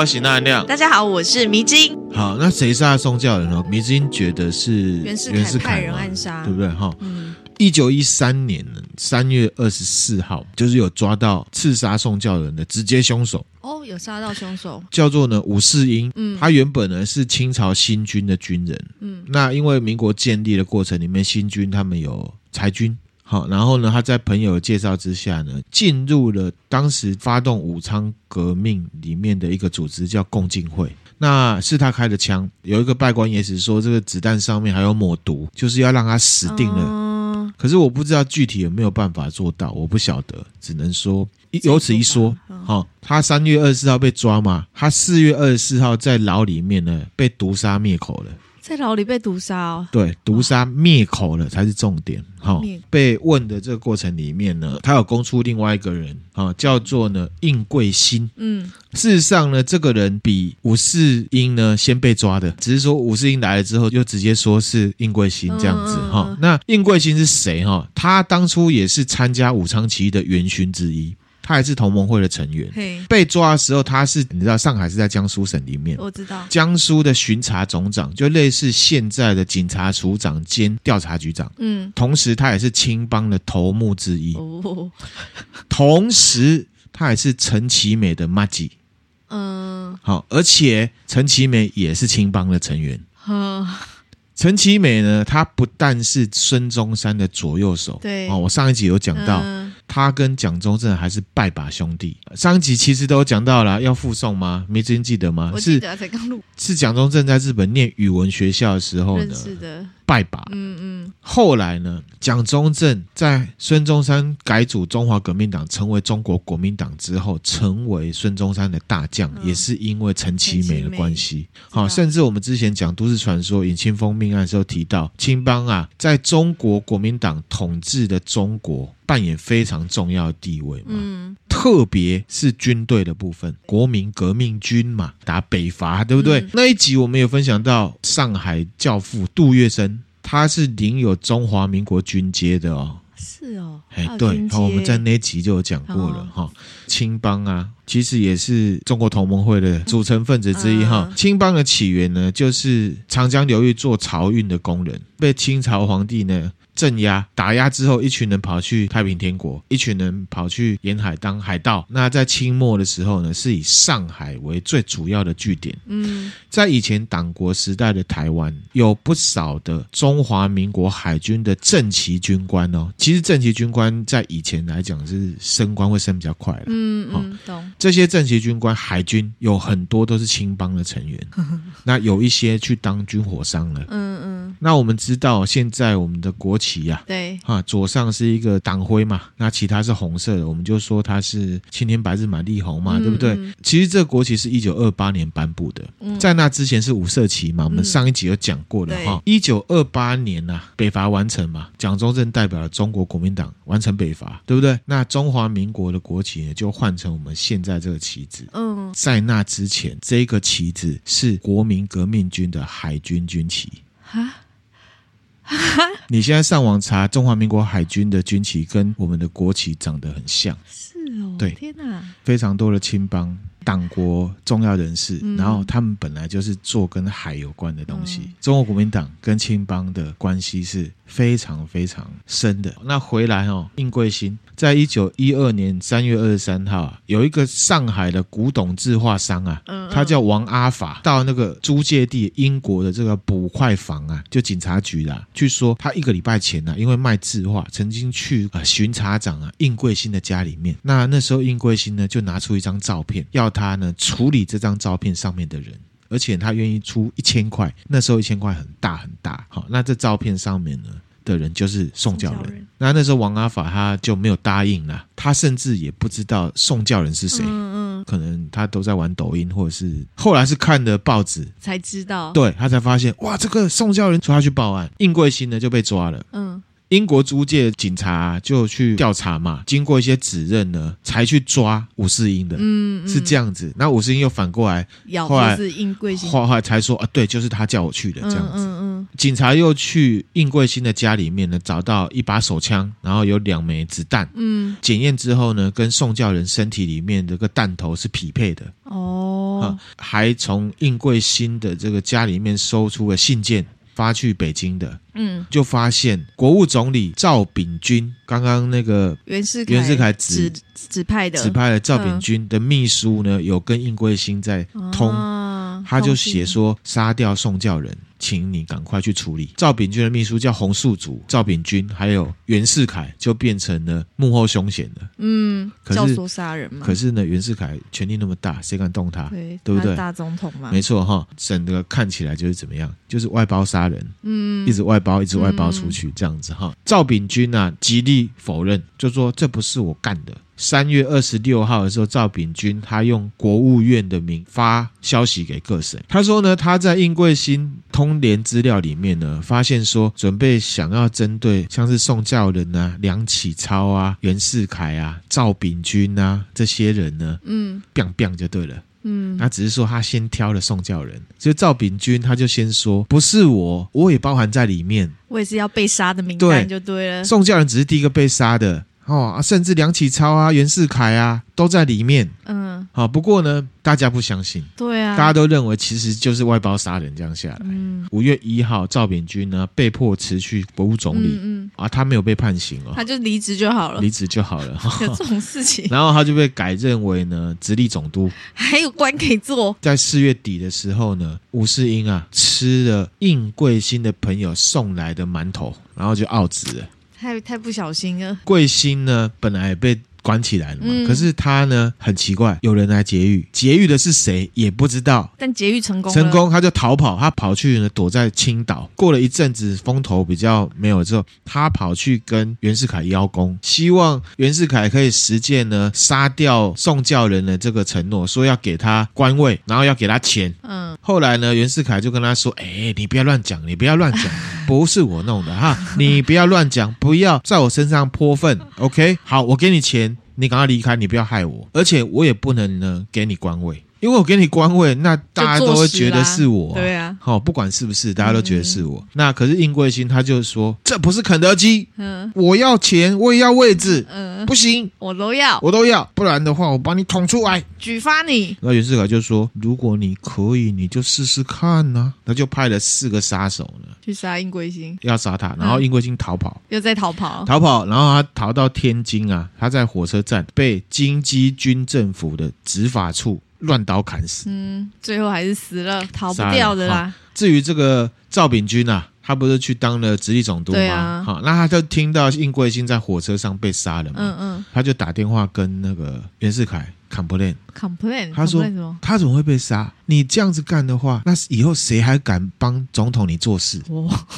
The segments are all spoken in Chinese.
我是那亮。 大家好，我是迷之音。 好，那谁杀宋教仁呢？迷之音觉得是袁世凯派人暗杀， 对不对？1913年3月24号，就是有抓到刺杀宋教仁的直接凶手。 哦，有杀到凶手， 叫做呢伍世英。他原本呢是清朝新军的军人。那因为民国建立的过程里面，新军他们有裁军。好，然后呢，他在朋友的介绍之下呢，进入了当时发动武昌革命里面的一个组织，叫共进会。那是他开的枪，有一个拜官也是说，这个子弹上面还有抹毒，就是要让他死定了。可是我不知道具体有没有办法做到，我不晓得，只能说有此一说。他3月24号被抓嘛，他4月24号在牢里面呢被毒杀灭口了。 在牢里被毒杀哦？对， 毒杀灭口了才是重点。被问的这个过程里面呢，他有供出另外一个人，叫做呢应贵新。事实上呢，这个人比伍世英呢先被抓的，只是说伍世英来了之后，就直接说是应贵新这样子。那应贵新是谁？他当初也是参加武昌起义的元勋之一。他也是同盟会的成员。被抓的时候，他是你知道上海是在江苏省里面， 我知道江苏的巡察总长，就类似现在的警察署长兼调查局长。同时他也是青帮的头目之一。同时他也是陈其美的麻吉。而且陈其美也是青帮的成员。陈其美呢，他不但是孙中山的左右手，对，我上一集有讲到，他跟蒋中正还是拜把兄弟。上一集其实都有讲到了，要附送吗？没真记得吗？ 我记得才刚录。 是蒋中正在日本念语文学校的时候呢，认识的拜把。后来呢，蒋中正在孙中山改组中华革命党，成为中国国民党之后，成为孙中山的大将，也是因为陈其美的关系。甚至我们之前讲都市传说尹清风命案的时候提到，青帮啊，在中国国民党统治的中国扮演非常重要的地位嘛。特别是军队的部分，国民革命军嘛，打北伐，对不对？那一集我们有分享到上海教父杜月笙，他是领有中华民国军阶的哦。是哦，对，我们在那集就有讲过了。青帮啊，其实也是中国同盟会的组成分子之一。青帮的起源呢，就是长江流域做漕运的工人，被清朝皇帝呢镇压打压之后，一群人跑去太平天国，一群人跑去沿海当海盗。那在清末的时候呢，是以上海为最主要的据点。在以前党国时代的台湾，有不少的中华民国海军的正旗军官哦。其实正旗军官在以前来讲是升官会升比较快了。懂。这些正旗军官海军有很多都是青帮的成员。那有一些去当军火商了。那我们知道现在我们的国旗啊，对，左上是一个党徽嘛，那其他是红色的，我们就说它是青天白日满地红嘛，对不对？其实这个国旗是1928年颁布的。在那之前是五色旗嘛，我们上一集有讲过了。1928年啊，北伐完成嘛，蒋中正代表了中国国民党完成北伐，对不对？那中华民国的国旗呢，就换成我们现在这个旗子。在那之前，这个旗子是国民革命军的海军军旗。你现在上网查中华民国海军的军旗跟我们的国旗长得很像。是哦，对，天哪，非常多的青帮党国重要人士，然后他们本来就是做跟海有关的东西。中国国民党跟青帮的关系是非常非常深的。那回来应贵新在1912年3月23号啊，有一个上海的古董制画商啊，他叫王阿法，到那个租界地英国的这个捕快房啊，就警察局啦，去说他1个礼拜前啊，因为卖字画，曾经去巡察长啊应贵新的家里面。那时候应贵新呢就拿出一张照片，要他呢处理这张照片上面的人，而且他愿意出1000块，那时候1000块很大很大。那这照片上面呢的人就是宋教仁。那时候王阿法他就没有答应啦，他甚至也不知道宋教仁是谁。可能他都在玩抖音，或者是后来是看的报纸才知道，对，他才发现哇，这个宋教仁，所以他去报案，应贵新呢就被抓了。英国租界警察就去调查嘛，经过一些指认呢，才去抓伍世英的。是这样子。那伍世英又反过来，后来是应贵新，后来才说啊，对，就是他叫我去的这样子。警察又去应贵新的家里面呢，找到一把手枪，然后有2枚子弹。检验之后呢，跟宋教仁身体里面这个弹头是匹配的。 还从应贵兴的这个家里面搜出了信件发去北京的，就发现国务总理赵秉钧，刚刚那个袁世凯指派的赵秉钧的秘书呢，有跟应贵兴在通，他就写说杀掉宋教仁，请你赶快去处理。赵秉钧的秘书叫洪素竹，赵秉钧还有袁世凯就变成了幕后凶险了。 教唆杀人嘛。 可是呢，袁世凯权力那么大，谁敢动他？对不对？ 大总统嘛。 没错哈，整个看起来就是怎么样？就是外包杀人，一直外包出去这样子哈。赵秉钧啊，极力否认，就说这不是我干的。3月26号的时候，赵秉钧他用国务院的名发消息给各省，他说呢，他在应贵兴通联资料里面呢，发现说准备想要针对像是宋教仁啊、梁启超啊、袁世凯啊、赵秉钧啊这些人呢，biang 就对了。他只是说他先挑了宋教仁，所以赵秉钧他就先说不是我也包含在里面， 我也是要被杀的名单就对了。 宋教仁只是第一个被杀的。甚至梁启超啊、袁世凯啊都在里面。不过呢，大家不相信。对啊，大家都认为其实就是外包杀人这样下来。5月1号，赵秉钧呢被迫辞去国务总理。他没有被判刑他就离职就好了。 离职就好了。 有这种事情。 然后他就被改任为呢直隶总督， 还有官可以做。 在4月底的时候呢，吴世英啊吃了应贵兴的朋友送来的馒头，然后就傲职了。 太不小心了。 贵兴呢本来也被关起来了嘛，可是他呢很奇怪，有人来劫狱的是谁也不知道， 但劫狱成功， 他就逃跑，他跑去呢躲在青岛。过了一阵子风头比较没有之后，他跑去跟袁世凯邀功，希望袁世凯可以实践呢杀掉宋教仁的这个承诺，说要给他官位，然后要给他钱。后来呢袁世凯就跟他说，你不要乱讲，不是我弄的哈，你不要乱讲，不要在我身上泼粪 OK， 好，我给你钱，你赶快离开，你不要害我，而且我也不能呢给你官位，因为我给你官位，那大家都会觉得是我。对啊，不管是不是，大家都觉得是我。那可是应贵兴他就说，这不是肯德基，我要钱，我也要位置，不行， 我都要， 不然的话我把你捅出来， 举发你。 那袁世凯就说，如果你可以，你就试试看啊。他就派了4个杀手呢去杀应贵兴， 要杀他，然后应贵兴逃跑， 又在逃跑， 然后他逃到天津啊，他在火车站被京畿军政府的执法处乱刀砍死。 最后还是死了，逃不掉的啦。 至于这个赵秉钧啊，他不是去当了直隶总督吗？对啊。那他就听到应贵兴在火车上被杀了嘛，他就打电话跟那个袁世凯complain， 他说他怎么会被杀？你这样子干的话，那以后谁还敢帮总统你做事？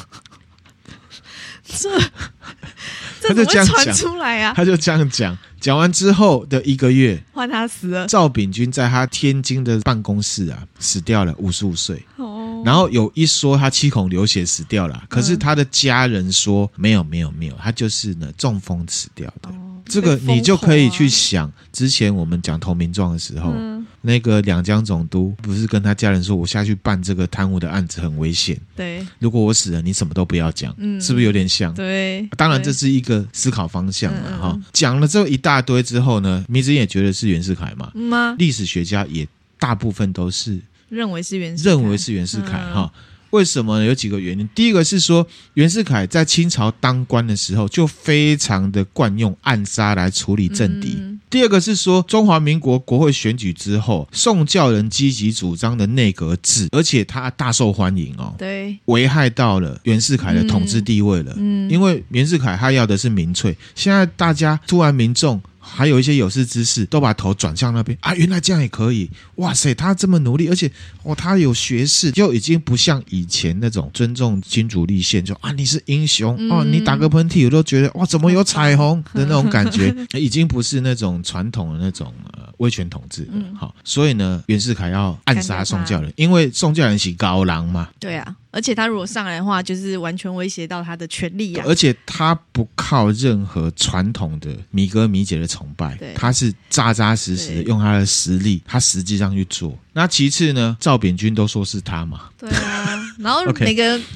这怎么会传出来啊？ 他就这样讲。讲完之后的1个月， 换他死了。 赵秉钧在他天津的办公室啊死掉了，55岁。然后有一说他7孔流血死掉了，可是他的家人说没有，他就是呢中风死掉的。这个你就可以去想，之前我们讲投名状的时候，那个两江总督不是跟他家人说，我下去办这个贪污的案子很危险，对，如果我死了你什么都不要讲，是不是有点像？对，当然这是一个思考方向嘛。讲了这一大堆之后呢，迷之音也觉得是袁世凯嘛，历史学家也大部分都是认为是袁世凯哈。为什么呢？有几个原因。第一个是说，袁世凯在清朝当官的时候就非常的惯用暗杀来处理政敌。第二个是说，中华民国国会选举之后，宋教仁积极主张的内阁制，而且他大受欢迎对，危害到了袁世凯的统治地位了。因为袁世凯他要的是民粹，现在大家突然民众还有一些有识之士都把头转向那边啊，原来这样也可以，哇塞，他这么努力，而且他有学识，就已经不像以前那种尊重君主立宪，就你是英雄你打个喷嚏我都觉得哇怎么有彩虹的那种感觉，已经不是那种传统的那种威权统治了。所以呢，袁世凯要暗杀宋教仁，因为宋教仁是高郎嘛。 对啊，而且他如果上来的话，就是完全威胁到他的权利啊。 而且他不靠任何传统的米哥米姐的崇拜，他是扎扎实实的用他的实力，他实际上去做。那其次呢，赵秉钧都说是他嘛。 对啊，然后每个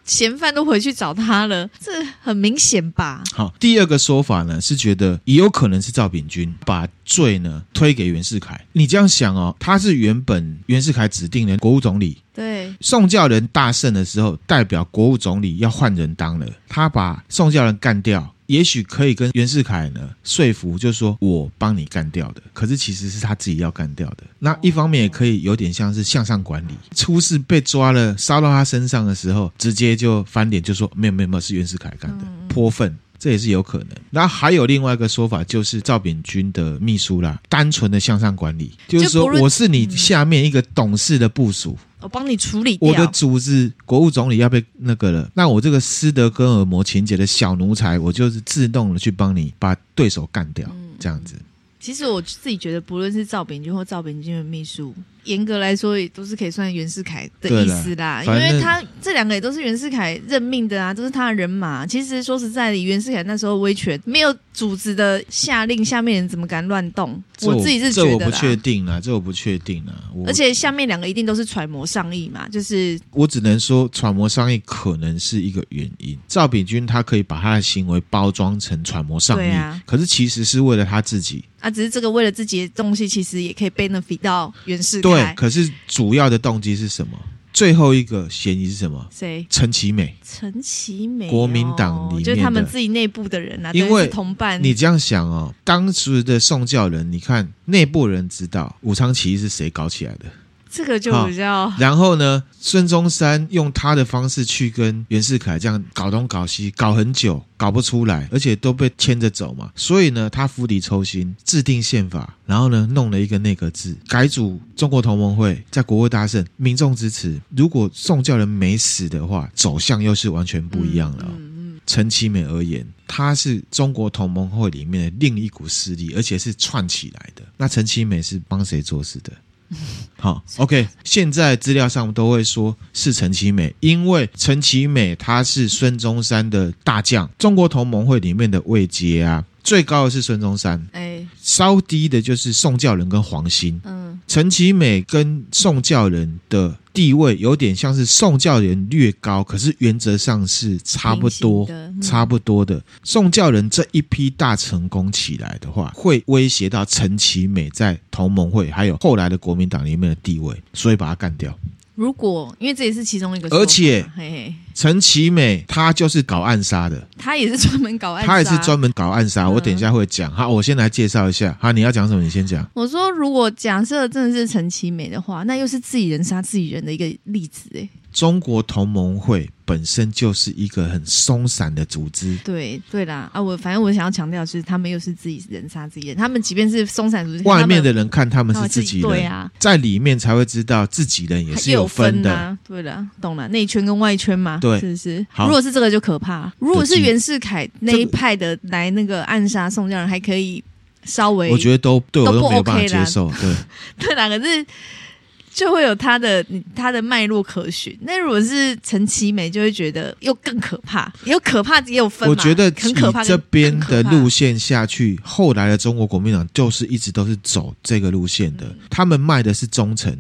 嫌犯都回去找他了，这很明显吧？ 好，第二个说法呢是觉得也有可能是赵秉钧把罪呢推给袁世凯。你这样想哦，他是原本袁世凯指定的国务总理， 对， 宋教仁大胜的时候，代表国务总理要换人当了，他把宋教仁干掉，也许可以跟袁世凯呢说服，就说我帮你干掉的，可是其实是他自己要干掉的。那一方面也可以有点像是向上管理，出事被抓了烧到他身上的时候，直接就翻脸就说没有是袁世凯干的，泼粪，这也是有可能。然后还有另外一个说法，就是赵秉钧的秘书啦，单纯的向上管理，就是说我是你下面一个懂事的部属， 我帮你处理掉， 我的组织国务总理要被那个了，那我这个斯德哥尔摩情节的小奴才，我就是自动的去帮你把对手干掉，这样子。 其实我自己觉得，不论是赵秉钧或赵秉钧的秘书，严格来说也都是可以算袁世凯的意思啦，因为他这两个也都是袁世凯任命的啊，都是他的人马。其实说实在的，袁世凯那时候威权没有组织的下令，下面人怎么敢乱动？我自己是觉得啦， 这我不确定啦，这我不确定啦。 而且下面两个一定都是揣摩上意嘛，就是我只能说揣摩上意可能是一个原因。赵秉钧他可以把他的行为包装成揣摩上意，可是其实是为了他自己。 只是这个为了自己的东西，其实也可以 benefit 到袁世凯。 对，可是主要的动机是什么？最后一个嫌疑是什么？ 谁？ 陈其美。 陈其美， 国民党里面的， 就是他们自己内部的人啊， 因为是同伴。 你这样想哦，当时的宋教仁，你看内部人知道武昌起义是谁搞起来的。 这个就比较， 然后呢，孙中山用他的方式去跟袁世凯这样搞东搞西，搞很久，搞不出来，而且都被牵着走嘛。所以呢，他釜底抽薪，制定宪法，然后呢，弄了一个内阁制，改组中国同盟会，在国会大胜，民众支持。如果宋教仁没死的话，走向又是完全不一样了哦。陈其美而言，他是中国同盟会里面的另一股势力，而且是串起来的。那陈其美是帮谁做事的？好 ，OK， 现在资料上都会说是陈其美，因为陈其美他是孙中山的大将，中国同盟会里面的位阶啊，最高的是孙中山，稍低的就是宋教仁跟黄兴。陈其美跟宋教仁的地位有点像是宋教仁略高，可是原则上是差不多的。宋教仁这一批大成功起来的话，会威胁到陈其美在同盟会还有后来的国民党里面的地位，所以把他干掉。 如果因为这也是其中一个说法， 而且陈其美他就是搞暗杀的， 他也是专门搞暗杀， 我等一下会讲。好，我先来介绍一下。好，你要讲什么？你先讲。 我说，如果假设真的是陈其美的话，那又是自己人杀自己人的一个例子中国同盟会本身就是一个很松散的组织。 对啦，反正我想要强调的是，他们又是自己人杀自己人。他们即便是松散组织， 外面的人看他们是自己人， 对啊， 在里面才会知道自己人也是有分的。 对了，懂了，内圈跟外圈嘛， 对， 是不是？如果是这个就可怕。如果是袁世凯那一派的来那个暗杀宋教仁，还可以稍微， 我觉得都对我都没有办法 OK 接受。 对啦，可是就会有他的脉络可循。那如果是陈其美，就会觉得又更可怕，也有可怕也有分嘛。 我觉得很可怕， 这边的路线下去，后来的中国国民党就是一直都是走这个路线的。他们卖的是忠诚。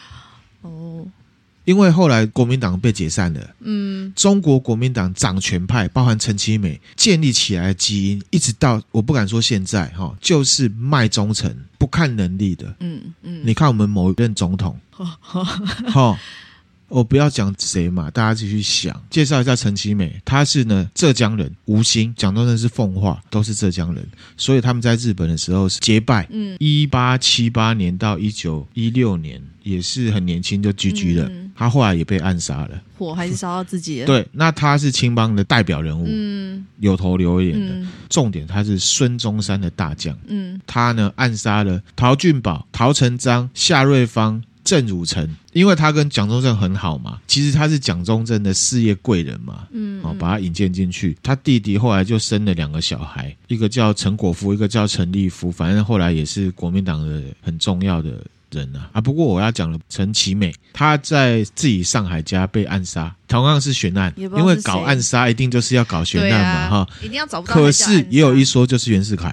因为后来国民党被解散了，中国国民党掌权派包含陈其美建立起来的基因，一直到我不敢说现在就是卖忠诚不看能力的。你看我们某一任总统我不要讲谁嘛，大家继续想。介绍一下陈其美，他是呢浙江人，吴兴、蒋中正是奉化，都是浙江人，所以他们在日本的时候是结拜。1878年到1916年也是很年轻就GG了。他后来也被暗杀了， 火还是烧到自己了。 对，那他是青帮的代表人物，有头有脸的。重点他是孙中山的大将。他呢暗杀了陶俊宝、陶成章、夏瑞芳、郑汝成，因为他跟蒋中正很好嘛，其实他是蒋中正的事业贵人嘛，把他引荐进去。他弟弟后来就生了2个小孩，一个叫陈果夫，一个叫陈立夫，反正后来也是国民党的很重要的人啊。不过我要讲了，陈其美他在自己上海家被暗杀，同样是悬案，因为搞暗杀一定就是要搞悬案嘛， 一定要找不到。 可是也有一说就是袁世凯。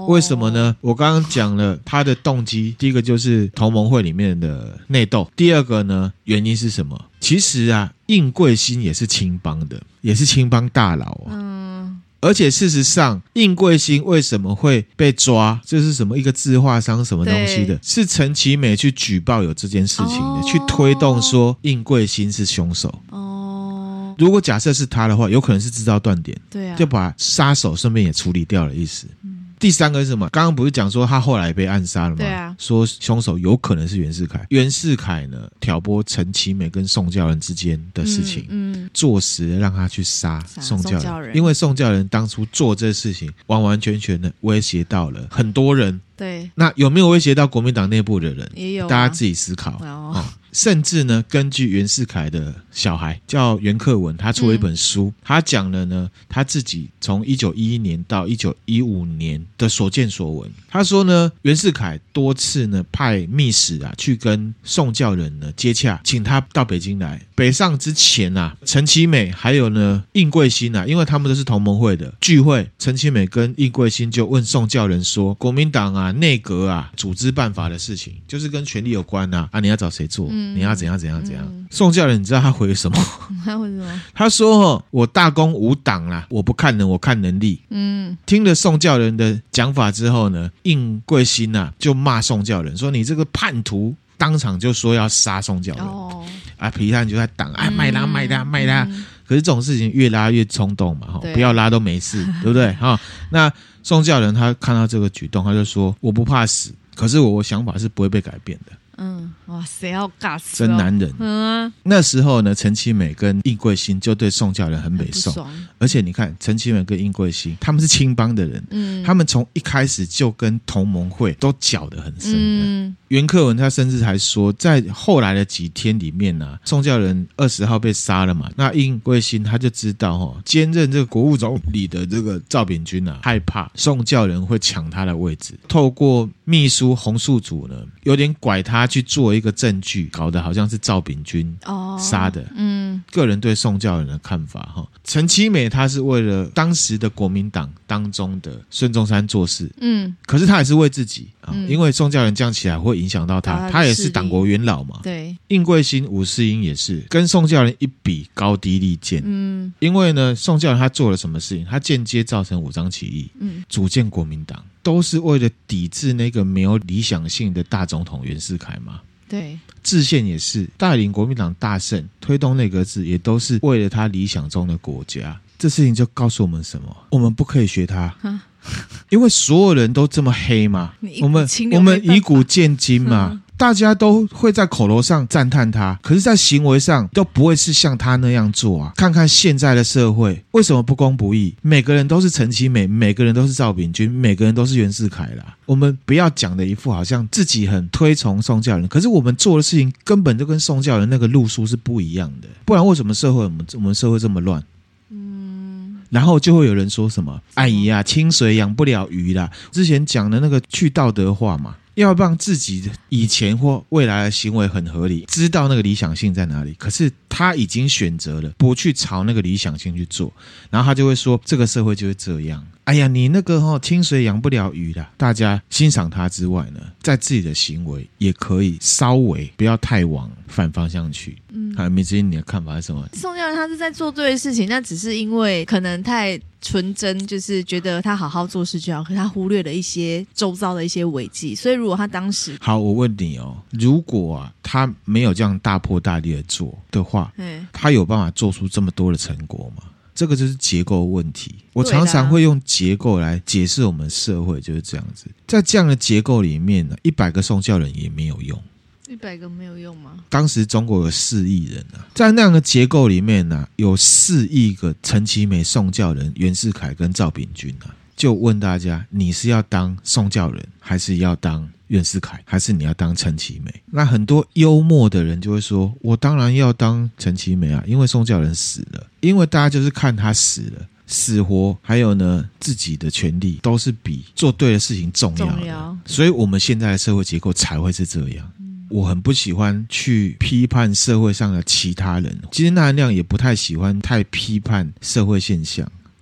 为什么呢？我刚刚讲了他的动机，第一个就是同盟会里面的内斗，第二个呢，原因是什么？其实啊，应贵兴也是青帮的，也是青帮大佬啊。而且事实上，应贵兴为什么会被抓？这是什么一个自画商什么东西的？是陈其美去举报有这件事情的，去推动说应贵兴是凶手。如果假设是他的话，有可能是制造断点，对啊，就把杀手顺便也处理掉了意思。第三个是什么？刚刚不是讲说他后来被暗杀了吗？对啊，说凶手有可能是袁世凯。袁世凯呢，挑拨陈其美跟宋教仁之间的事情，坐实了让他去杀宋教仁，因为宋教仁当初做这事情，完完全全的威胁到了很多人。对，那有没有威胁到国民党内部的人？也有，大家自己思考。甚至呢，根据袁世凯的小孩叫袁克文，他出了一本书，他讲了呢他自己从1911年到1915年的所见所闻。他说呢，袁世凯多次呢派密使啊去跟宋教仁呢接洽，请他到北京来。北上之前啊，陈其美还有呢应贵兴啊，因为他们都是同盟会的聚会，陈其美跟应贵兴就问宋教仁说，国民党啊内阁啊组织办法的事情，就是跟权力有关啊，你要找谁做？你要怎样怎样怎样？宋教仁你知道他回什么？他回什么？他说我大公无党啦，我不看人，我看能力。听了宋教仁的讲法之后呢，应贵兴啊就骂宋教仁说，你这个叛徒，当场就说要杀宋教仁。皮探就在挡，卖他卖他卖他。可是这种事情越拉越冲动嘛，不要拉都没事，对不对？那宋教仁他看到这个举动，他就说我不怕死，可是我想法是不会被改变的。哇，谁要尬死？真男人。那时候呢，陈其美跟应贵兴就对宋教仁很北宋，而且你看，陈其美跟应贵兴他们是青帮的人，他们从一开始就跟同盟会都搅得很深。袁克文他甚至还说，在后来的几天里面啊，宋教仁20号被杀了嘛，那应贵兴他就知道兼任这个国务总理的这个赵秉钧啊，害怕宋教仁会抢他的位置，透过秘书洪素祖呢，有点拐他去做一个证据，搞得好像是赵秉钧杀的。个人对宋教仁的看法陈其美他是为了当时的国民党当中的孙中山做事，可是他也是为自己因为宋教仁这样起来会影响到他，他也是党国元老嘛。对，应贵兴、吴世英也是跟宋教仁一比高低立见。因为呢，宋教仁他做了什么事情？他间接造成武装起义，组建国民党，都是为了抵制那个没有理想性的大总统袁世凯嘛。对，制宪也是带领国民党大胜，推动内阁制，也都是为了他理想中的国家。这事情就告诉我们什么？我们不可以学他，因为所有人都这么黑嘛。我们以古见今嘛。大家都会在口头上赞叹他，可是在行为上都不会是像他那样做啊。看看现在的社会为什么不公不义，每个人都是陈其美，每个人都是赵秉钧，每个人都是袁世凯啦。我们不要讲的一副好像自己很推崇宋教仁，可是我们做的事情根本就跟宋教仁那个路数是不一样的，不然为什么我们社会这么乱？然后就会有人说什么哎呀清水养不了鱼啦，之前讲的那个去道德化嘛，要让自己以前或未来的行为很合理，知道那个理想性在哪里，可是他已经选择了不去朝那个理想性去做，然后他就会说这个社会就会这样。哎呀，你那个清水养不了鱼啦。大家欣赏他之外呢，在自己的行为也可以稍微不要太往反方向去。梅子英，你的看法是什么？ 宋教仁他是在做对的事情，那只是因为可能太纯真，就是觉得他好好做事就好，可是他忽略了一些周遭的一些违纪，所以如果他当时好，我问你如果他没有这样大破大立的做的话，他有办法做出这么多的成果吗？这个就是结构问题。我常常会用结构来解释我们社会就是这样子。在这样的结构里面呢，100个宋教仁也没有用。 100个没有用吗？ 当时中国有4亿人在那样的结构里面有4亿个陈其美、宋教仁、袁世凯跟赵秉钧就问大家，你是要当宋教仁，还是要当袁世凯，还是你要当陈其美？那很多幽默的人就会说，我当然要当陈其美因为宋教仁死了。因为大家就是看他死了，死活还有呢自己的权利都是比做对的事情重要的，所以我们现在的社会结构才会是这样。我很不喜欢去批判社会上的其他人，其实那样也不太喜欢太批判社会现象。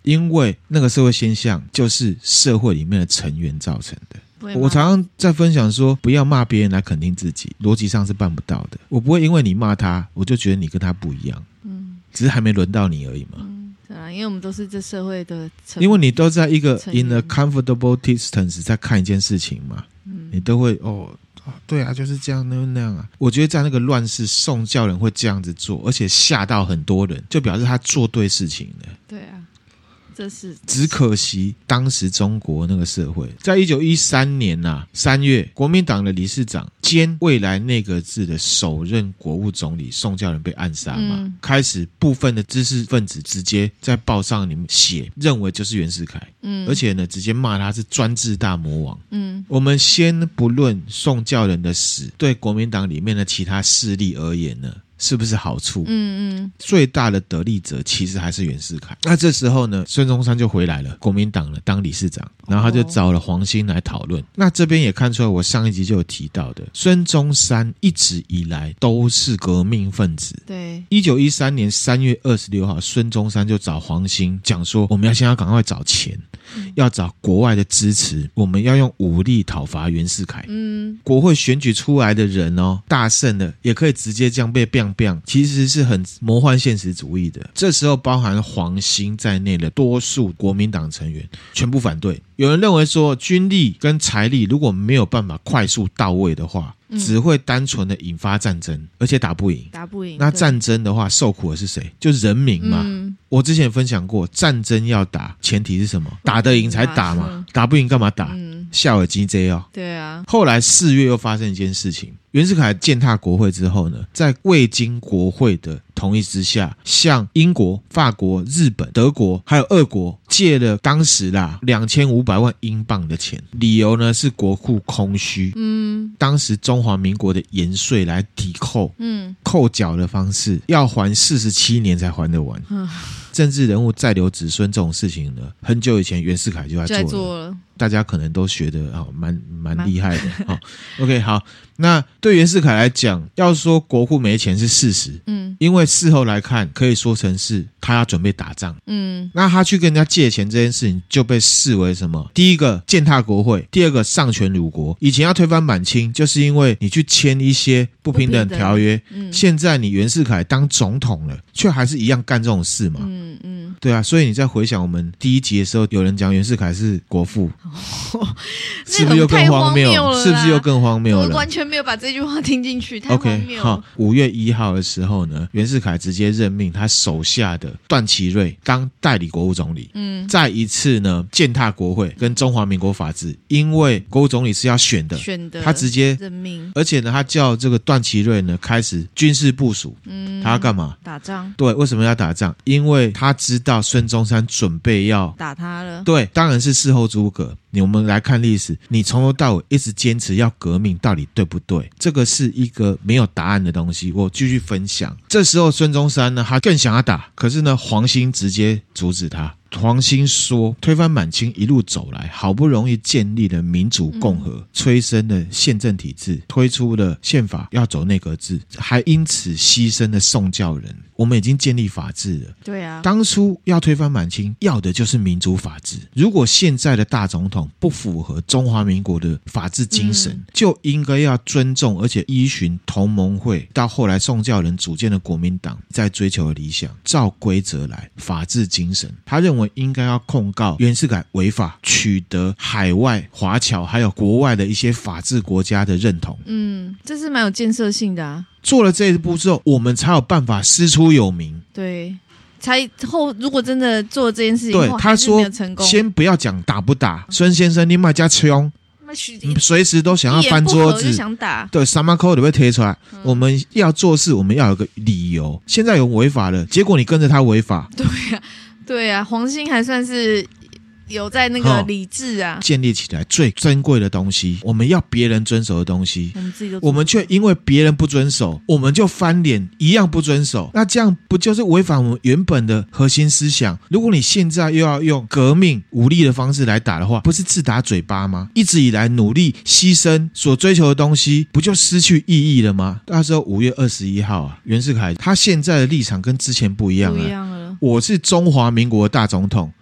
因为那个社会现象就是社会里面的成员造成的。我常常在分享说，不要骂别人来肯定自己，逻辑上是办不到的。我不会因为你骂他，我就觉得你跟他不一样，只是还没轮到你而已嘛。 对啊，因为我们都是这社会的成员， 因为你都在一个 in a comfortable distance 在看一件事情嘛，你都会对啊，就是这样那样啊。我觉得在那个乱世，宋教仁会这样子做，而且吓到很多人，就表示他做对事情了。 对啊。这是只可惜当时中国那个社会，在1913年3月，国民党的理事长兼未来内阁制的首任国务总理宋教仁被暗杀嘛，开始部分的知识分子直接在报上里面写，认为就是袁世凯，而且呢直接骂他是专制大魔王。我们先不论宋教仁的死对国民党里面的其他势力而言呢，是不是好处？最大的得利者其实还是袁世凯。那这时候呢，孙中山就回来了，国民党了当理事长，然后他就找了黄兴来讨论。那这边也看出来，我上一集就有提到的，孙中山一直以来都是革命分子。 对 ，1913年3月26号，孙中山就找黄兴讲说，我们现在赶快找钱，要找国外的支持，我们要用武力讨伐袁世凯。国会选举出来的人大胜了，也可以直接这样被其实是很魔幻现实主义的。这时候包含黄兴在内的多数国民党成员全部反对。有人认为说，军力跟财力如果没有办法快速到位的话，只会单纯的引发战争，而且打不赢。那战争的话，受苦的是谁？就是人民嘛。我之前也分享过，战争要打，前提是什么？打得赢才打嘛，打不赢干嘛打？下尔基 J 对啊。 后来4月又发生一件事情，袁世凯践踏国会之后呢，在未经国会的同意之下，向英国、法国、日本、德国还有俄国借了当时2500万英镑的钱，理由呢是国库空虚。当时中华民国的盐税来抵扣，扣缴的方式要还47年才还得完。政治人物再留子孙这种事情呢，很久以前袁世凯就在做了。大家可能都学得蛮厉害的。OK， 好，那对袁世凯来讲，要说国库没钱是事实，因为事后来看，可以说成是他要准备打仗。那他去跟人家借钱这件事情就被视为什么？第一个践踏国会，第二个丧权辱国。以前要推翻满清，就是因为你去签一些不平等条约，现在你袁世凯当总统了，却还是一样干这种事嘛。对啊，所以你在回想我们第一集的时候，有人讲袁世凯是国父，是不是又更荒谬？是不是又更荒谬了？ 我完全没有把这句话听进去，太荒谬了。 好，5月1号的时候呢，袁世凯直接任命他手下的段祺瑞当代理国务总理。再一次呢践踏国会跟中华民国法制，因为国务总理是要选的，他直接任命，而且呢他叫这个段祺瑞呢开始军事部署。他要干嘛？ 打仗。 对，为什么要打仗？因为他知道孙中山准备要打他了。 对，当然是事后诸葛。我们来看历史，你从头到尾一直坚持要革命，到底对不对？这个是一个没有答案的东西。我继续分享。这时候孙中山呢，他更想要打，可是呢，黄兴直接阻止他。黄兴说，推翻满清一路走来，好不容易建立了民主共和，催生了宪政体制，推出了宪法要走内阁制，还因此牺牲了宋教仁。我们已经建立法治了。 对啊， 当初要推翻满清，要的就是民主法治。如果现在的大总统不符合中华民国的法治精神，就应该要尊重，而且依循同盟会到后来宋教仁组建的国民党在追求的理想，照规则来，法治精神。他认为应该要控告袁世凯违法，取得海外华侨还有国外的一些法治国家的认同。 这是蛮有建设性的啊。 做了这一步之后，我们才有办法师出有名。 对，如果真的做了这件事情， 对，他说先不要讲打不打，孙先生你卖家穷，随时都想要翻桌子， 想打， 对，什么口都会贴出来。我们要做事，我们要有个理由。现在有人违法了，结果你跟着他违法。 对啊，黄兴还算是有在那个理智啊， 建立起来最珍贵的东西，我们要别人遵守的东西，我们却因为别人不遵守，我们就翻脸一样不遵守。那这样不就是违反我们原本的核心思想？如果你现在又要用革命武力的方式来打的话，不是自打嘴巴吗？一直以来努力牺牲所追求的东西，不就失去意义了吗？那时候5月21号啊，袁世凯他现在的立场跟之前不一样了。我是中华民国的大总统，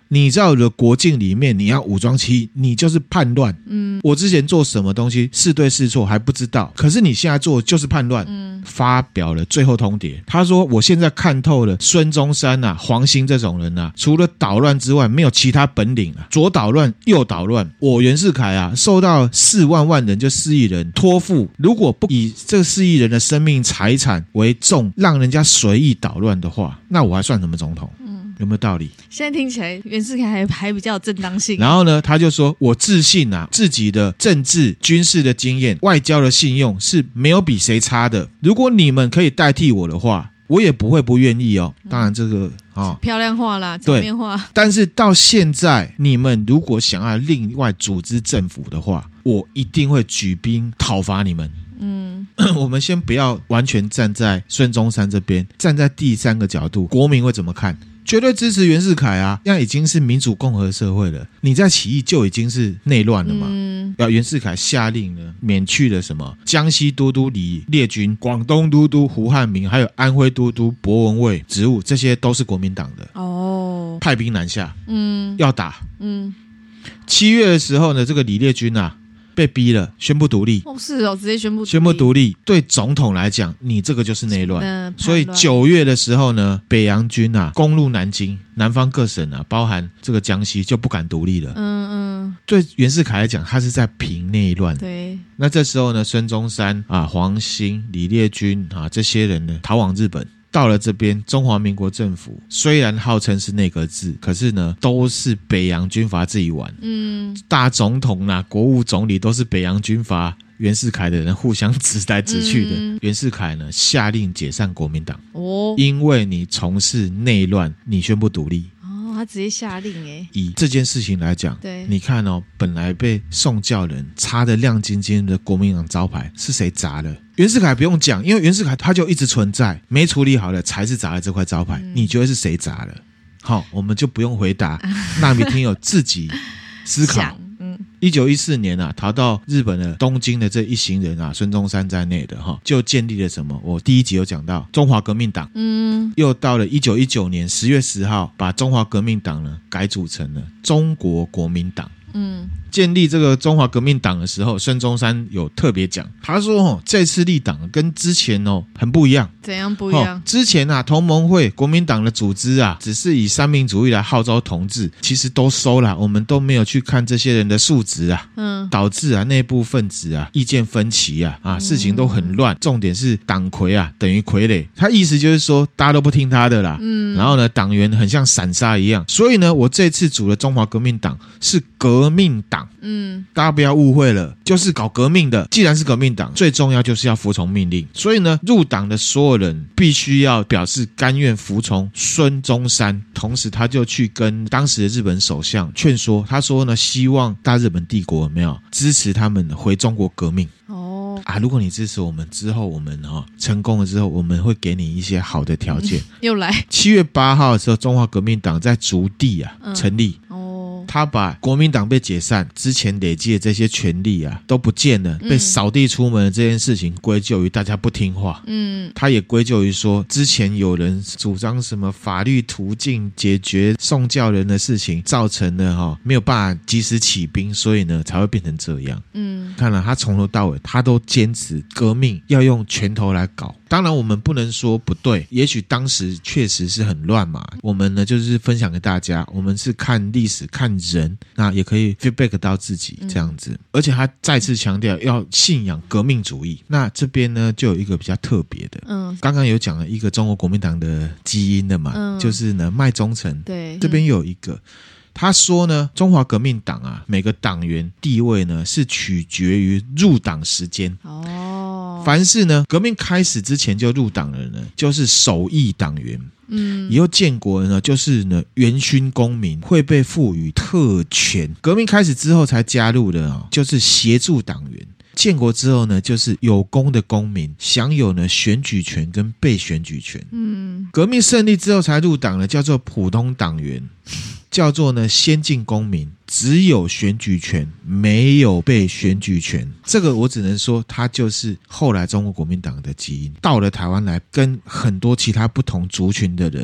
你在我的国境里面你要武装起义，你就是叛乱。我之前做什么东西是对是错还不知道，可是你现在做就是叛乱。发表了最后通牒，他说我现在看透了孙中山啊、黄兴这种人啊，除了捣乱之外没有其他本领啊，左捣乱右捣乱。我袁世凯啊受到4万人就4亿人托付，如果不以这4亿人的生命财产为重，让人家随意捣乱的话，那我还算什么总统？有没有道理？ 现在听起来袁世凯还比较有正当性。 然后呢，他就说我自信啊，自己的政治军事的经验、外交的信用是没有比谁差的，如果你们可以代替我的话，我也不会不愿意哦。当然这个漂亮话啦，场面话。但是到现在你们如果想要另外组织政府的话，我一定会举兵讨伐你们。我们先不要完全站在孙中山这边，站在第三个角度，国民会怎么看？绝对支持袁世凯啊！那已经是民主共和社会了，你在起义就已经是内乱了嘛。袁世凯下令呢，免去了什么江西都督李烈钧、广东都督胡汉民，还有安徽都督博文蔚职务，这些都是国民党的。派兵南下，要打。7月的时候呢，这个李烈钧啊被逼了，宣布独立。 直接宣布独立。对总统来讲，你这个就是内乱。所以9月的时候呢，北洋军啊攻入南京，南方各省啊，包含这个江西就不敢独立了。对袁世凯来讲，他是在平内乱。 对。 那这时候呢，孙中山啊、黄兴、李烈钧啊这些人呢，逃往日本。到了这边，中华民国政府虽然号称是内阁制，可是呢，都是北洋军阀自己玩。大总统啊、国务总理都是北洋军阀袁世凯的人互相指来指去的。袁世凯呢下令解散国民党。因为你从事内乱，你宣布独立。 他直接下令以这件事情来讲，你看哦，本来被宋教仁插得亮晶晶的国民党招牌是谁砸了？袁世凯不用讲，因为袁世凯他就一直存在，没处理好了才是砸了这块招牌。你觉得是谁砸了？好，我们就不用回答，那你听友自己思考。1914年啊，逃到日本的东京的这一行人啊，孙中山在内的就建立了什么？我第一集有讲到中华革命党。又到了1919年10月10号，把中华革命党呢改组成了中国国民党。建立这个中华革命党的时候，孙中山有特别讲，他说这次立党跟之前很不一样。 怎样不一样？ 之前啊，同盟会国民党的组织啊，只是以三民主义来号召同志，其实都收了，我们都没有去看这些人的素质啊，导致啊内部分子啊意见分歧啊，事情都很乱。重点是党魁啊等于傀儡，他意思就是说大家都不听他的啦。然后呢，党员很像散沙一样，所以呢，我这次组了中华革命党是革命党。大家不要误会了，就是搞革命的。既然是革命党，最重要就是要服从命令。所以呢，入党的所有人必须要表示甘愿服从孙中山。同时，他就去跟当时的日本首相劝说，他说呢，希望大日本帝国有没有支持他们回中国革命。如果你支持我们之后，我们成功了之后，我们会给你一些好的条件。 又来 7月8号的时候，中华革命党在竹地成立。他把国民党被解散之前累积的这些权利啊都不见了，被扫地出门的这件事情归咎于大家不听话。他也归咎于说之前有人主张什么法律途径解决宋教仁的事情，造成了没有办法及时起兵，所以呢才会变成这样。看了他从头到尾他都坚持革命要用拳头来搞。当然我们不能说不对，也许当时确实是很乱嘛，我们呢就是分享给大家，我们是看历史看人，那也可以 feedback 到自己这样子。而且他再次强调要信仰革命主义。那这边呢就有一个比较特别的，刚刚有讲了一个中国国民党的基因的嘛，就是呢麦宗成。对，这边有一个他说呢，中华革命党啊，每个党员地位呢是取决于入党时间。凡是呢革命开始之前就入党的人呢，就是首义党员。以后建国呢，就是呢元勋公民会被赋予特权。革命开始之后才加入的就是协助党员。建国之后呢，就是有功的公民享有呢选举权跟被选举权。革命胜利之后才入党的叫做普通党员，叫做呢先进公民，只有选举权没有被选举权。这个我只能说它就是后来中国国民党的基因，到了台湾来跟很多其他不同族群的人呢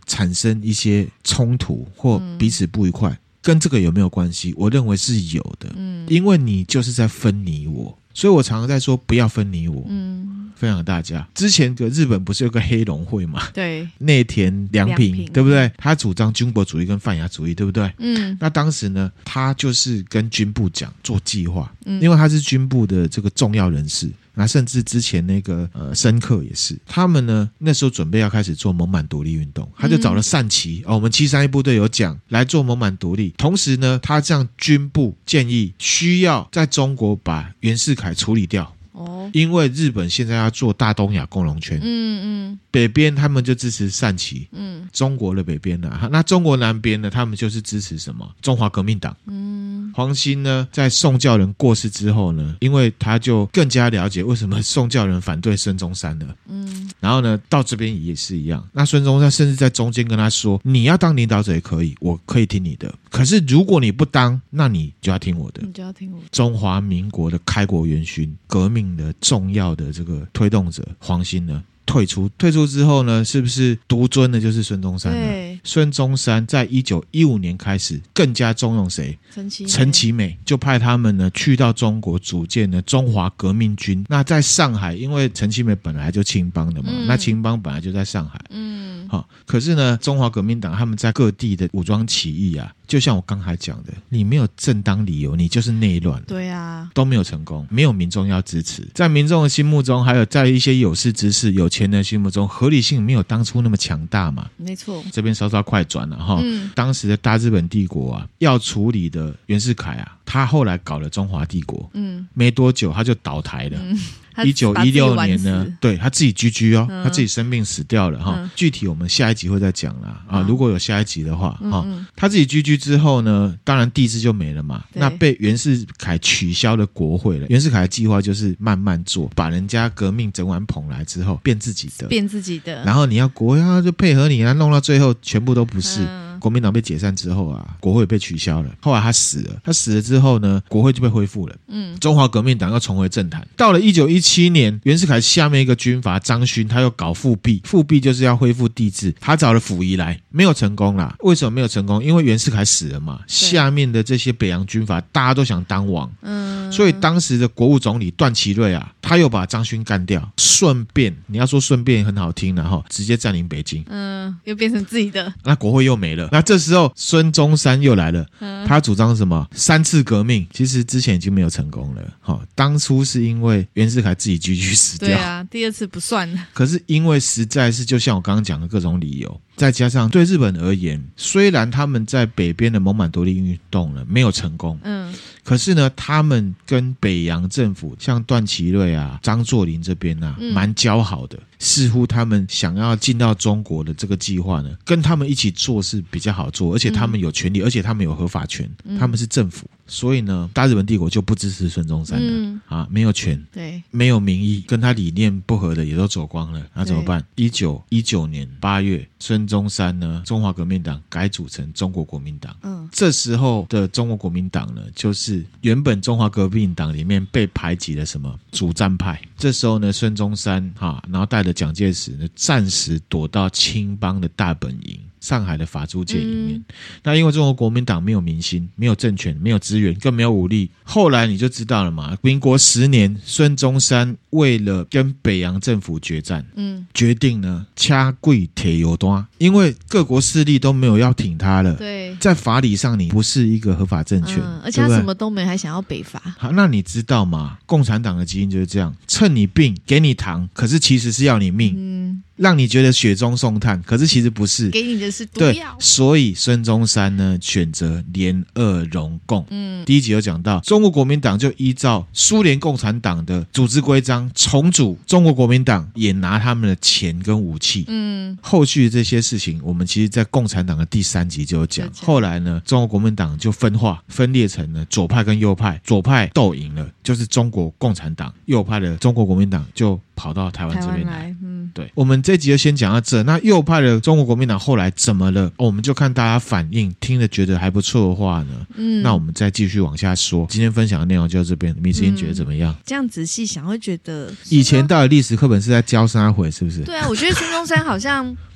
产生一些冲突或彼此不愉快，跟这个有没有关系？我认为是有的，因为你就是在分你我，所以我常常在说不要分你我。分享大家，之前的日本不是有个黑龙会嘛？对，内田良平，对不对？他主张军国主义跟泛亚主义，对不对？那当时呢，他就是跟军部讲做计划，因为他是军部的这个重要人士。那甚至之前那个申克也是，他们呢那时候准备要开始做蒙满独立运动，他就找了善奇我们731部队有讲来做蒙满独立，同时呢他向军部建议需要在中国把袁世凯处理掉。因为日本现在要做大东亚共荣圈，北边他们就支持善奇，中国的北边呢，那中国南边呢，他们就是支持什么中华革命党。黄兴呢，在宋教仁过世之后呢，因为他就更加了解为什么宋教仁反对孙中山了，然后呢，到这边也是一样。那孙中山甚至在中间跟他说：“你要当领导者也可以，我可以听你的。可是如果你不当，那你就要听我的。”你就要听我的。中华民国的开国元勋、革命的重要的这个推动者黄兴呢？退出之后呢，是不是独尊的就是孙中山了？孙中山在1915年开始更加重用谁？陈其美，就派他们呢去到中国组建了中华革命军。那在上海，因为陈其美本来就青帮的嘛，那青帮本来就在上海。可是呢，中华革命党他们在各地的武装起义啊，就像我刚才讲的，你没有正当理由，你就是内乱。对啊，都没有成功，没有民众要支持，在民众的心目中，还有在一些有识之士、有钱人心目中，合理性没有当初那么强大嘛。没错，这边稍稍快转了哈。当时的大日本帝国啊，要处理的袁世凯啊，他后来搞了中华帝国，没多久他就倒台了。1916年呢，对，他自己居居他自己生病死掉了具体我们下一集会再讲啦如果有下一集的话他自己居居之后呢，当然帝制就没了嘛，那被袁世凯取消了国会了。袁世凯的计划就是慢慢做，把人家革命整碗捧来之后变自己的，然后你要国要就配合你弄到最后全部都不是。国民党被解散之后啊，国会被取消了，后来他死了之后呢，国会就被恢复了。中华革命党又重回政坛。到了1917年，袁世凯下面一个军阀张勋，他又搞复辟就是要恢复帝制，他找了溥仪来，没有成功啦。为什么没有成功？因为袁世凯死了嘛，下面的这些北洋军阀大家都想当王，所以当时的国务总理段祺瑞啊，他又把张勋干掉，顺便你要说顺便很好听了直接占领北京，又变成自己的，那国会又没了。那这时候孙中山又来了，他主张什么3次革命，其实之前已经没有成功了当初是因为袁世凯自己居居死掉，对啊，第2次不算了。可是因为实在是就像我刚刚讲的各种理由，再加上对日本而言，虽然他们在北边的蒙满独立运动呢没有成功，可是呢他们跟北洋政府像段祺瑞啊、张作霖这边啊蛮交好的，似乎他们想要进到中国的这个计划呢，跟他们一起做是比较好做，而且他们有权利，而且他们有合法权，他们是政府，所以呢大日本帝国就不支持孙中山了没有权，对，没有民意，跟他理念不合的也都走光了，那怎么办？1919年8月，孙中山呢中华革命党改组成中国国民党。这时候的中国国民党呢，就是原本中华革命党里面被排挤的什么主战派。这时候呢，孙中山然后带着蒋介石呢，暂时躲到青帮的大本营上海的法租界里面。那因为中国国民党没有民心，没有政权，没有资源，更没有武力。后来你就知道了嘛，民国10年，孙中山为了跟北洋政府决战，决定呢掐跪铁油端，因为各国势力都没有要挺他了。对，在法理上你不是一个合法政权，而且他什么都没，还想要北伐。好，那你知道吗？共产党的基因就是这样，趁你病给你糖，可是其实是要你命。让你觉得雪中送炭，可是其实不是，给你的是毒药。对，所以孙中山呢选择联俄容共。第一集有讲到，中国国民党就依照苏联共产党的组织规章重组中国国民党，也拿他们的钱跟武器。后续这些事情，我们其实在共产党的第3集就有讲。后来呢，中国国民党就分裂成了左派跟右派，左派斗赢了，就是中国共产党；右派的中国国民党就跑到台湾这边来。对，我们这集就先讲到这。那右派的中国国民党后来怎么了？我们就看大家反应，听了觉得还不错的话呢，那我们再继续往下说。今天分享的内容就到这边，米之音觉得怎么样？这样仔细想会觉得，以前到底历史课本是在教啥回，是不是？对啊，我觉得孙中山好像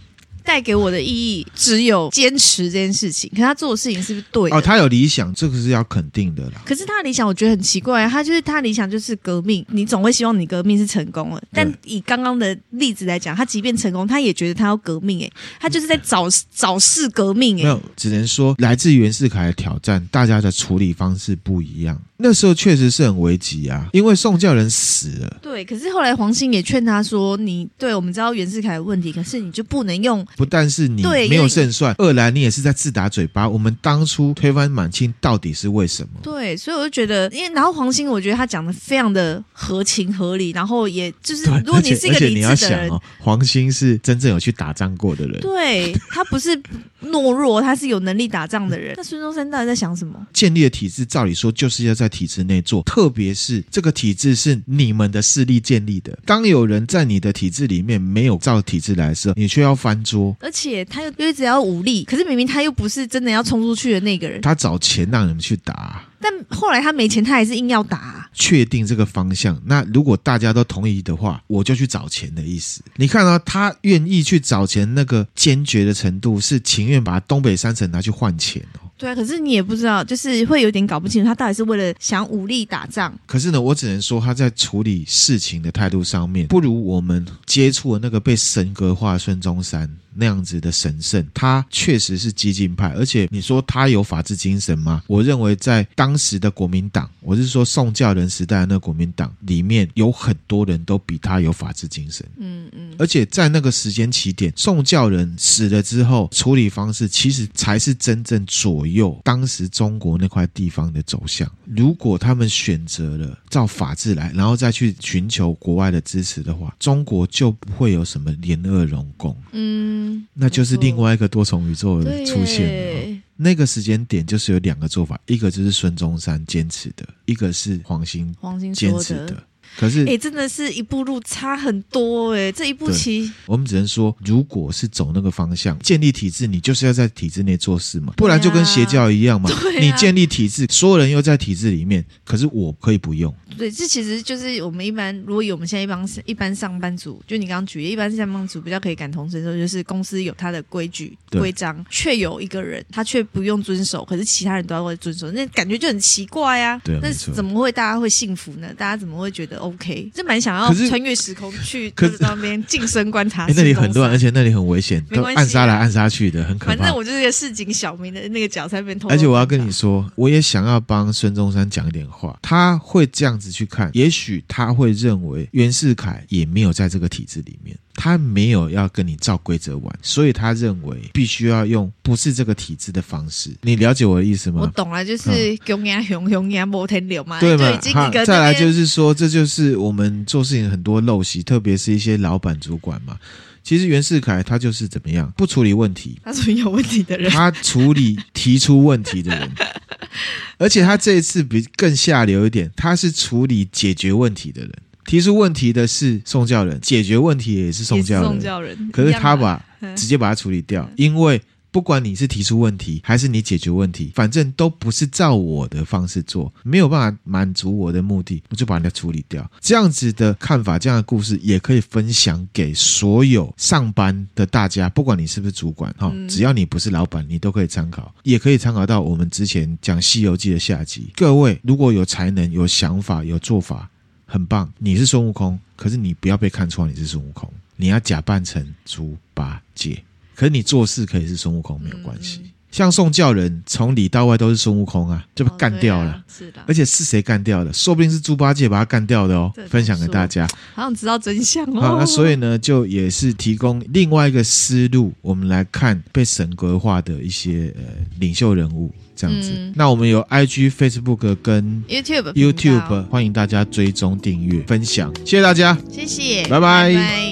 带给我的意义只有坚持这件事情，可是他做的事情是不是对的？ 哦，他有理想，这个是要肯定的啦。 可是他的理想我觉得很奇怪，他的理想就是革命，你总会希望你革命是成功了，但以刚刚的例子来讲，他即便成功，他也觉得他要革命，他就是在找事革命。 没有，只能说来自袁世凯的挑战，大家的处理方式不一样。那时候确实是很危急啊，因为宋教仁死了。 对，可是后来黄兴也劝他说，对，我们知道袁世凯的问题，可是你就不能用， 不但是你没有胜算，二来你也是在自打嘴巴。我们当初推翻满清到底是为什么？ 对，所以我就觉得，然后黄兴我觉得他讲的非常的合情合理，然后也就是如果你是一个理智的人，而且你要想黄兴是真正有去打仗过的人， 对，他不是懦弱，他是有能力打仗的人。那孙中山到底在想什么？ 建立的体制照理说就是要在体制内做，特别是这个体制是你们的势力建立的，当有人在你的体制里面没有照体制来的时候，你却要翻桌， 而且他又一直要武力，可是明明他又不是真的要冲出去的那个人， 他找钱让你们去打， 但后来他没钱，他还是硬要打。 确定这个方向，那如果大家都同意的话，我就去找钱的意思。你看啊，他愿意去找钱，那个坚决的程度是情愿把东北三省拿去换钱哦。 对啊，可是你也不知道，就是会有点搞不清楚，他到底是为了想武力打仗。 可是呢，我只能说他在处理事情的态度上面，不如我们接触的那个被神格化的孙中山那样子的神圣。他确实是激进派，而且你说他有法治精神吗？我认为在当时的国民党，我是说宋教仁时代的那个国民党里面，有很多人都比他有法治精神。而且在那个时间起点，宋教仁死了之后，处理方式其实才是真正左右当时中国那块地方的走向。如果他们选择了照法治来，然后再去寻求国外的支持的话，中国就不会有什么联俄容共，那就是另外一个多重宇宙的出现了。那个时间点就是有两个做法，一个就是孙中山坚持的，一个是黄兴坚持的。可是真的是一步路差很多这一步棋我们只能说，如果是走那个方向建立体制，你就是要在体制内做事嘛，不然就跟邪教一样嘛。你建立体制，所有人又在体制里面，可是我可以不用。 对，这其实就是我们一般，如果有我们现在一般上班族，就你刚刚举的一般上班族比较可以感同身受，就是公司有他的规矩规章，却有一个人他却不用遵守，可是其他人都要会遵守，那感觉就很奇怪啊。 对， 那怎么会大家会幸福呢？大家怎么会觉得 OK？ 就蛮想要穿越时空去那边近身观察。 那里很乱，而且那里很危险，都暗杀来暗杀去的，很可怕。 反正我就是一个市井小民的那个角色，边偷。 而且我要跟你说，我也想要帮孙中山讲一点话。他会这样子去看，也许他会认为袁世凯也没有在这个体制里面，他没有要跟你照规则玩，所以他认为必须要用不是这个体制的方式。你了解我的意思吗？ 我懂了，就是雄牙雄雄牙摩天流嘛。 对嘛？再来就是说，这就是我们做事情很多陋习，特别是一些老板主管嘛。其实袁世凯他就是怎么样，不处理问题， 他处理有问题的人， 他处理提出问题的人。而且他这一次比更下流一点，他是处理解决问题的人。提出问题的是宋教仁，解决问题也是宋教仁，可是他直接把它处理掉，因为不管你是提出问题还是你解决问题，反正都不是照我的方式做，没有办法满足我的目的，我就把它处理掉。这样子的看法，这样的故事也可以分享给所有上班的大家，不管你是不是主管，只要你不是老板，你都可以参考，也可以参考到我们之前讲西游记的下集。各位如果有才能有想法有做法，很棒，你是孙悟空，可是你不要被看出来你是孙悟空，你要假扮成猪八戒。可是你做事可以是孙悟空没有关系。像宋教仁从里到外都是孙悟空啊，就被干掉了。 是的， 而且是谁干掉的？说不定是猪八戒把他干掉的哦。分享给大家， 好想知道真相哦。 好，那所以呢，就也是提供另外一个思路，我们来看被神格化的一些领袖人物。这样子，那我们有 IG、Facebook 跟 YouTube， 欢迎大家追踪、订阅、分享，谢谢大家， 谢谢， 拜拜。 拜拜。